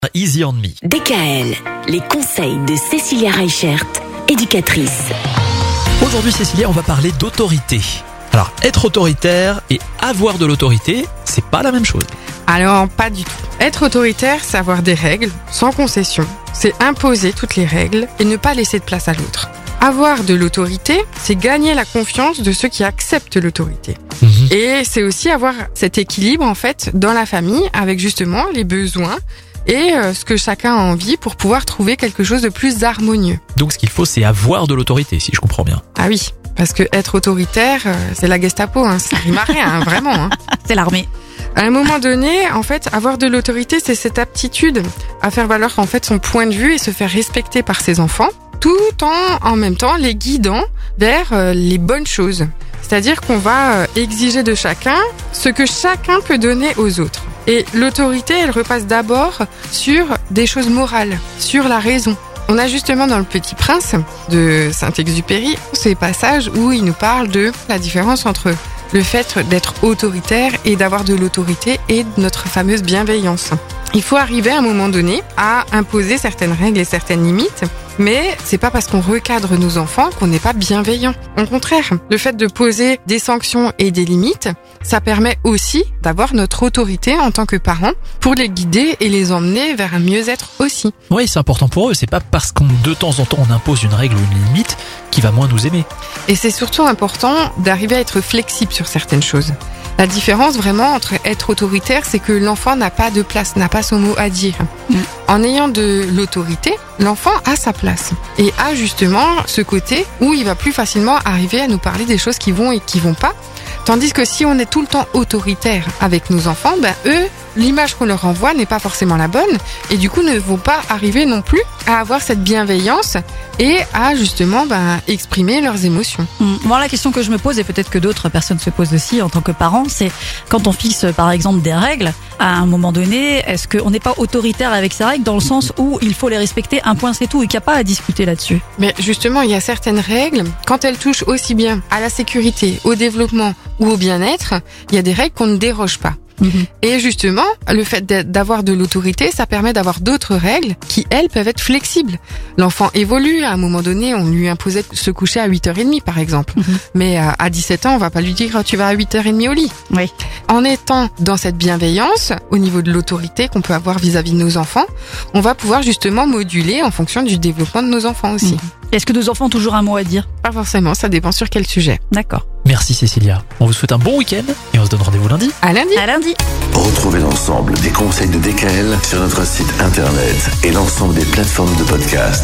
Easy on me. DKL, les conseils de Cécilia Reichert, éducatrice. Aujourd'hui, Cécilia, on va parler d'autorité. Alors, être autoritaire et avoir de l'autorité, c'est pas la même chose. Alors, pas du tout. Être autoritaire, c'est avoir des règles, sans concession. C'est imposer toutes les règles et ne pas laisser de place à l'autre. Avoir de l'autorité, c'est gagner la confiance de ceux qui acceptent l'autorité. Et c'est aussi avoir cet équilibre, en fait, dans la famille, avec justement les besoins et ce que chacun a envie pour pouvoir trouver quelque chose de plus harmonieux. Donc, ce qu'il faut, c'est avoir de l'autorité, si je comprends bien. Ah oui, parce que être autoritaire, c'est la Gestapo, ça rime à rien, vraiment. C'est l'armée. À un moment donné, en fait, avoir de l'autorité, c'est aptitude à faire valoir en fait son point de vue et se faire respecter par ses enfants, tout en même temps les guidant vers les bonnes choses. C'est-à-dire qu'on va exiger de chacun ce que chacun peut donner aux autres. Et l'autorité, elle repasse d'abord sur des choses morales, sur la raison. On a justement dans Le Petit Prince de Saint-Exupéry ces passages où il nous parle de la différence entre le fait d'être autoritaire et d'avoir de l'autorité et notre fameuse bienveillance. Il faut arriver à un moment donné à imposer certaines règles et certaines limites, mais c'est pas parce qu'on recadre nos enfants qu'on n'est pas bienveillant. Au contraire, le fait de poser des sanctions et des limites, ça permet aussi d'avoir notre autorité en tant que parents pour les guider et les emmener vers un mieux-être aussi. Oui, c'est important pour eux. C'est pas parce qu'on de temps en temps on impose une règle ou une limite qu'il va moins nous aimer. Et c'est surtout important d'arriver à être flexible sur certaines choses. La différence vraiment entre être autoritaire, c'est que l'enfant n'a pas de place, n'a pas son mot à dire. En ayant de l'autorité, l'enfant a sa place et a justement ce côté où il va plus facilement arriver à nous parler des choses qui vont et qui vont pas. Tandis que si on est tout le temps autoritaire avec nos enfants, eux, l'image qu'on leur envoie n'est pas forcément la bonne et du coup ne vont pas arriver non plus à avoir cette bienveillance et à justement exprimer leurs émotions. Moi, la question que je me pose, et peut-être que d'autres personnes se posent aussi en tant que parents, c'est quand on fixe par exemple des règles, à un moment donné, est-ce qu'on n'est pas autoritaire avec ces règles dans le sens où il faut les respecter, un point c'est tout, et qu'il n'y a pas à discuter là-dessus? Mais justement, il y a certaines règles, quand elles touchent aussi bien à la sécurité, au développement ou au bien-être, il y a des règles qu'on ne déroge pas. Et justement, le fait d'avoir de l'autorité, ça permet d'avoir d'autres règles qui, elles, peuvent être flexibles. L'enfant évolue, à un moment donné, on lui imposait de se coucher à 8h30 par exemple. Mais à 17 ans, on va pas lui dire tu vas à 8h30 au lit. Oui. En étant dans cette bienveillance, au niveau de l'autorité qu'on peut avoir vis-à-vis de nos enfants, on va pouvoir justement moduler en fonction du développement de nos enfants aussi. Est-ce que nos enfants ont toujours un mot à dire? Pas forcément, ça dépend sur quel sujet. D'accord. Merci Cécilia. On vous souhaite un bon week-end et on se donne rendez-vous lundi. À lundi. À lundi. Retrouvez l'ensemble des conseils de DKL sur notre site internet et l'ensemble des plateformes de podcast.